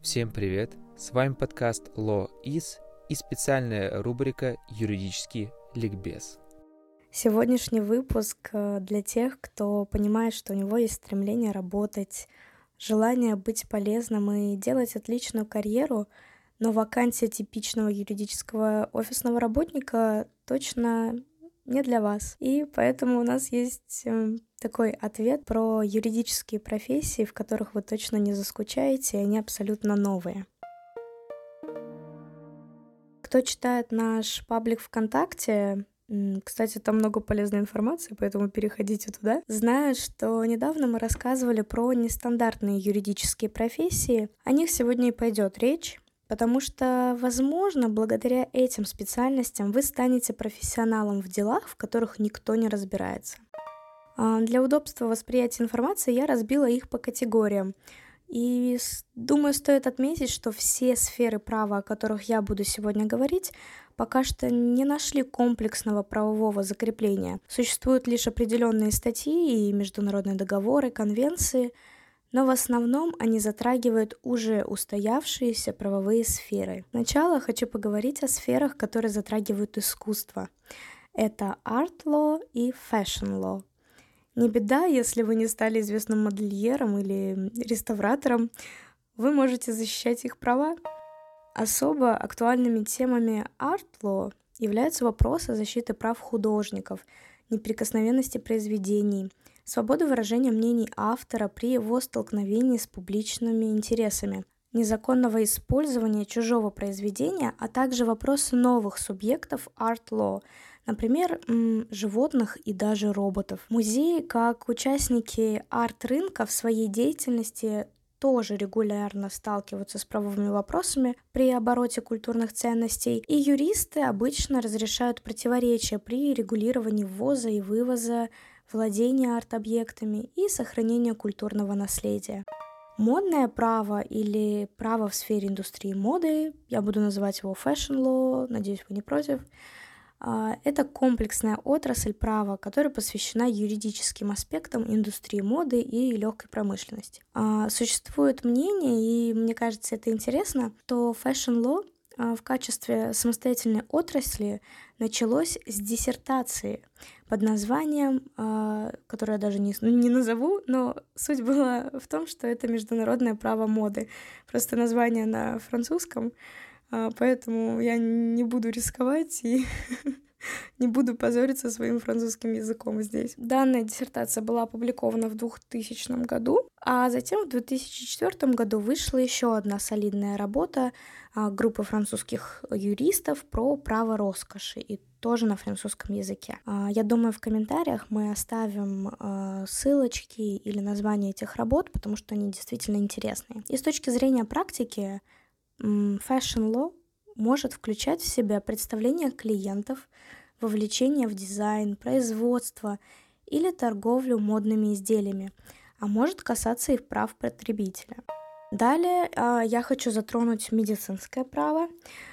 Всем привет! С вами подкаст Law Is и специальная рубрика «Юридический ликбез». Сегодняшний выпуск для тех, кто понимает, что у него есть стремление работать, желание быть полезным и делать отличную карьеру, но вакансия типичного юридического офисного работника точно не для вас. И поэтому у нас есть такой ответ про юридические профессии, в которых вы точно не заскучаете, и они абсолютно новые. Кто читает наш паблик ВКонтакте, кстати, там много полезной информации, поэтому переходите туда, знают, что недавно мы рассказывали про нестандартные юридические профессии. О них сегодня и пойдет речь, потому что, возможно, благодаря этим специальностям вы станете профессионалом в делах, в которых никто не разбирается. Для удобства восприятия информации я разбила их по категориям. И думаю, стоит отметить, что все сферы права, о которых я буду сегодня говорить, пока что не нашли комплексного правового закрепления. Существуют лишь определенные статьи и международные договоры, конвенции, но в основном они затрагивают уже устоявшиеся правовые сферы. Сначала хочу поговорить о сферах, которые затрагивают искусство. Это art law и fashion law. Не беда, если вы не стали известным модельером или реставратором, вы можете защищать их права. Особо актуальными темами art law являются вопросы защиты прав художников, неприкосновенности произведений, свободы выражения мнений автора при его столкновении с публичными интересами, незаконного использования чужого произведения, а также вопросы новых субъектов art law, например, животных и даже роботов. Музеи, как участники арт-рынка в своей деятельности, тоже регулярно сталкиваются с правовыми вопросами при обороте культурных ценностей, и юристы обычно разрешают противоречия при регулировании ввоза и вывоза, владения арт-объектами и сохранения культурного наследия. Модное право или право в сфере индустрии моды, я буду называть его fashion law, надеюсь, вы не против, это комплексная отрасль права, которая посвящена юридическим аспектам индустрии моды и легкой промышленности. Существует мнение, и мне кажется, это интересно, что fashion law в качестве самостоятельной отрасли началось с диссертации под названием, которое я даже не назову, но суть была в том, что это международное право моды. Просто название на французском, поэтому я не буду рисковать и не буду позориться своим французским языком здесь. Данная диссертация была опубликована в 2000 году, а затем в 2004 году вышла еще одна солидная работа группы французских юристов про право роскоши, и тоже на французском языке. Я думаю, в комментариях мы оставим ссылочки или названия этих работ, потому что они действительно интересные. И с точки зрения практики, fashion law может включать в себя представление клиентов, вовлечение в дизайн, производство или торговлю модными изделиями, а может касаться и прав потребителя. Далее я хочу затронуть медицинское право.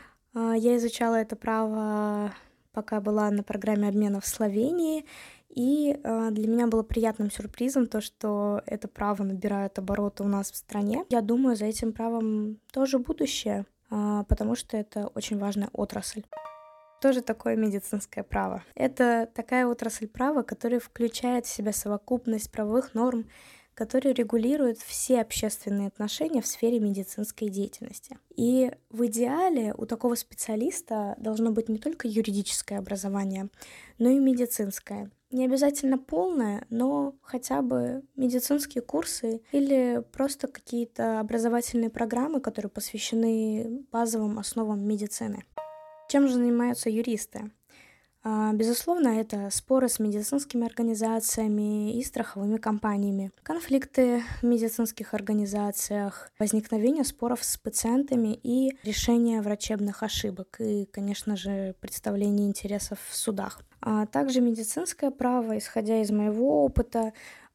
Я изучала это право, пока была на программе обмена в Словении, и для меня было приятным сюрпризом то, что это право набирает обороты у нас в стране. Я думаю, за этим правом тоже будущее, потому что это очень важная отрасль. Что же такое медицинское право? Это такая отрасль права, которая включает в себя совокупность правовых норм, которые регулируют все общественные отношения в сфере медицинской деятельности. И в идеале у такого специалиста должно быть не только юридическое образование, но и медицинское. Не обязательно полное, но хотя бы медицинские курсы или просто какие-то образовательные программы, которые посвящены базовым основам медицины. Чем же занимаются юристы? Безусловно, это споры с медицинскими организациями и страховыми компаниями, конфликты в медицинских организациях, возникновение споров с пациентами и решение врачебных ошибок и, конечно же, представление интересов в судах. А также медицинское право, исходя из моего опыта,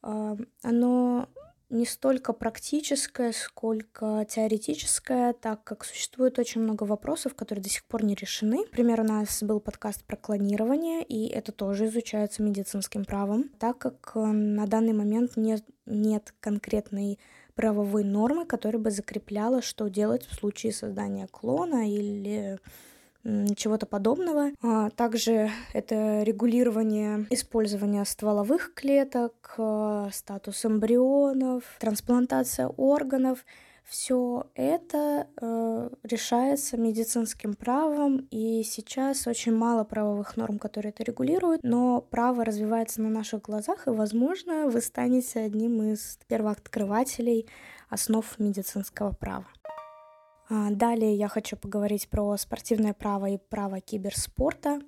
оно не столько практическое, сколько теоретическое, так как существует очень много вопросов, которые до сих пор не решены. Например, у нас был подкаст про клонирование, и это тоже изучается медицинским правом, так как на данный момент нет конкретной правовой нормы, которая бы закрепляла, что делать в случае создания клона или чего-то подобного. Также это регулирование использования стволовых клеток, статус эмбрионов, трансплантация органов. Все это решается медицинским правом, и сейчас очень мало правовых норм, которые это регулируют, но право развивается на наших глазах, и, возможно, вы станете одним из первооткрывателей основ медицинского права. Далее я хочу поговорить про спортивное право и право киберспорта.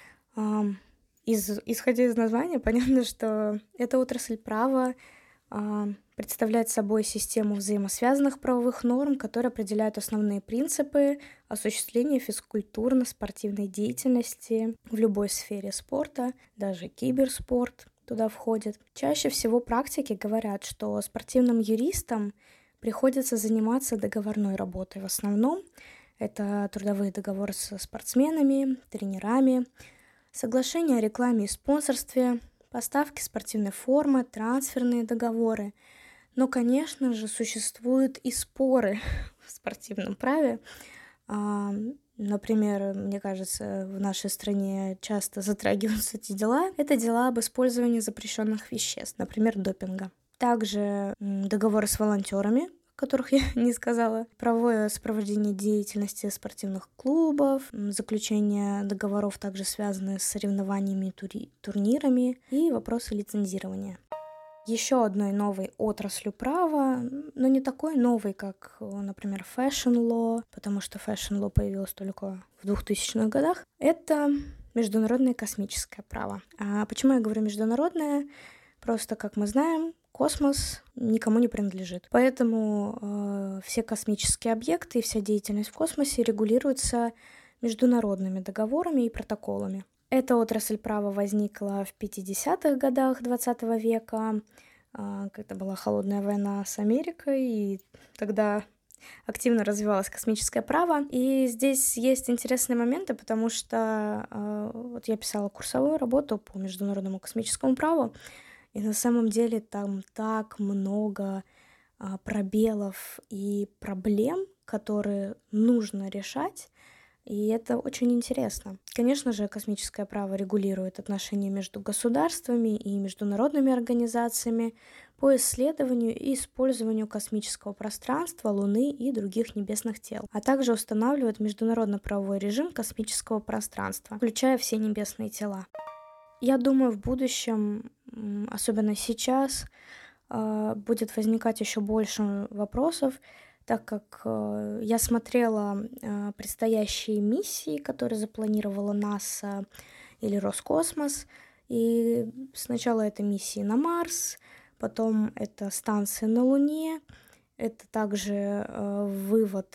Исходя из названия, понятно, что эта отрасль права представляет собой систему взаимосвязанных правовых норм, которые определяют основные принципы осуществления физкультурно-спортивной деятельности в любой сфере спорта, даже киберспорт туда входит. Чаще всего практики говорят, что спортивным юристам приходится заниматься договорной работой в основном. Это трудовые договоры со спортсменами, тренерами, соглашения о рекламе и спонсорстве, поставки спортивной формы, трансферные договоры. Но, конечно же, существуют и споры в спортивном праве. Например, мне кажется, в нашей стране часто затрагиваются эти дела. Это дела об использовании запрещенных веществ, например, допинга. Также договоры с волонтерами, о которых я не сказала, правовое сопровождение деятельности спортивных клубов, заключение договоров, также связанные с соревнованиями и турнирами, и вопросы лицензирования. Еще одной новой отраслью права, но не такой новой, как, например, fashion law, потому что fashion law появилось только в 2000-х годах, это международное космическое право. А почему я говорю международное? Просто, как мы знаем, космос никому не принадлежит. Поэтому все космические объекты и вся деятельность в космосе регулируются международными договорами и протоколами. Эта отрасль права возникла в 50-х годах 20 века, когда была холодная война с Америкой, и тогда активно развивалось космическое право. И здесь есть интересные моменты, потому что вот я писала курсовую работу по международному космическому праву, и на самом деле там так много пробелов и проблем, которые нужно решать, и это очень интересно. Конечно же, космическое право регулирует отношения между государствами и международными организациями по исследованию и использованию космического пространства, Луны и других небесных тел, а также устанавливает международно-правовой режим космического пространства, включая все небесные тела. Я думаю, в будущем, особенно сейчас, будет возникать еще больше вопросов, так как я смотрела предстоящие миссии, которые запланировала НАСА или Роскосмос. И сначала это миссии на Марс, потом это станции на Луне, это также вывод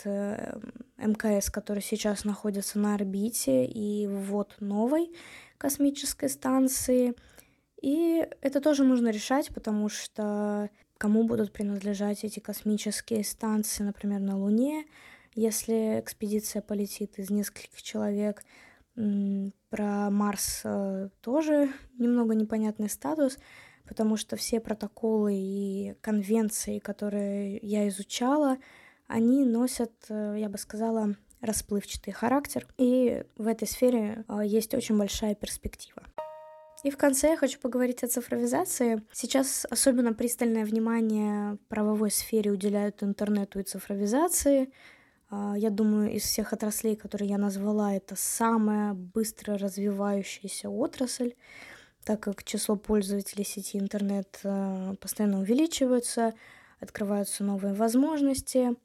МКС, который сейчас находится на орбите, и ввод новой космической станции. И это тоже нужно решать, потому что кому будут принадлежать эти космические станции, например, на Луне, если экспедиция полетит из нескольких человек. Про Марс тоже немного непонятный статус, потому что все протоколы и конвенции, которые я изучала, они носят, я бы сказала, расплывчатый характер, и в этой сфере есть очень большая перспектива. И в конце я хочу поговорить о цифровизации. Сейчас особенно пристальное внимание в правовой сфере уделяют интернету и цифровизации. Я думаю, из всех отраслей, которые я назвала, это самая быстро развивающаяся отрасль, так как число пользователей сети интернет постоянно увеличивается, открываются новые возможности.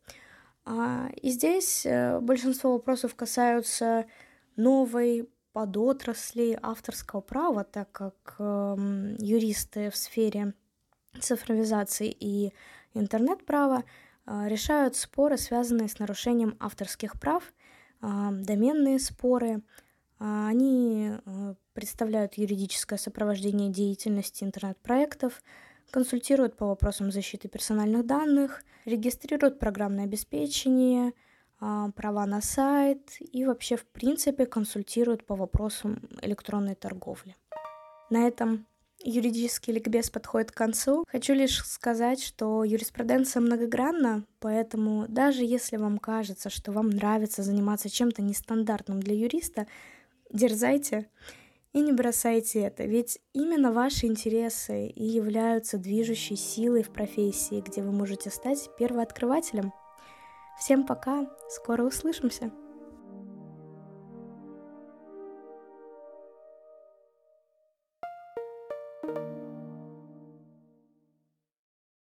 И здесь большинство вопросов касаются новой подотрасли авторского права, так как юристы в сфере цифровизации и интернет-права решают споры, связанные с нарушением авторских прав, доменные споры. Они представляют юридическое сопровождение деятельности интернет-проектов, консультируют по вопросам защиты персональных данных, регистрируют программное обеспечение, права на сайт и вообще, в принципе, консультируют по вопросам электронной торговли. На этом юридический ликбез подходит к концу. Хочу лишь сказать, что юриспруденция многогранна, поэтому даже если вам кажется, что вам нравится заниматься чем-то нестандартным для юриста, дерзайте и не бросайте это, ведь именно ваши интересы и являются движущей силой в профессии, где вы можете стать первооткрывателем. Всем пока, скоро услышимся!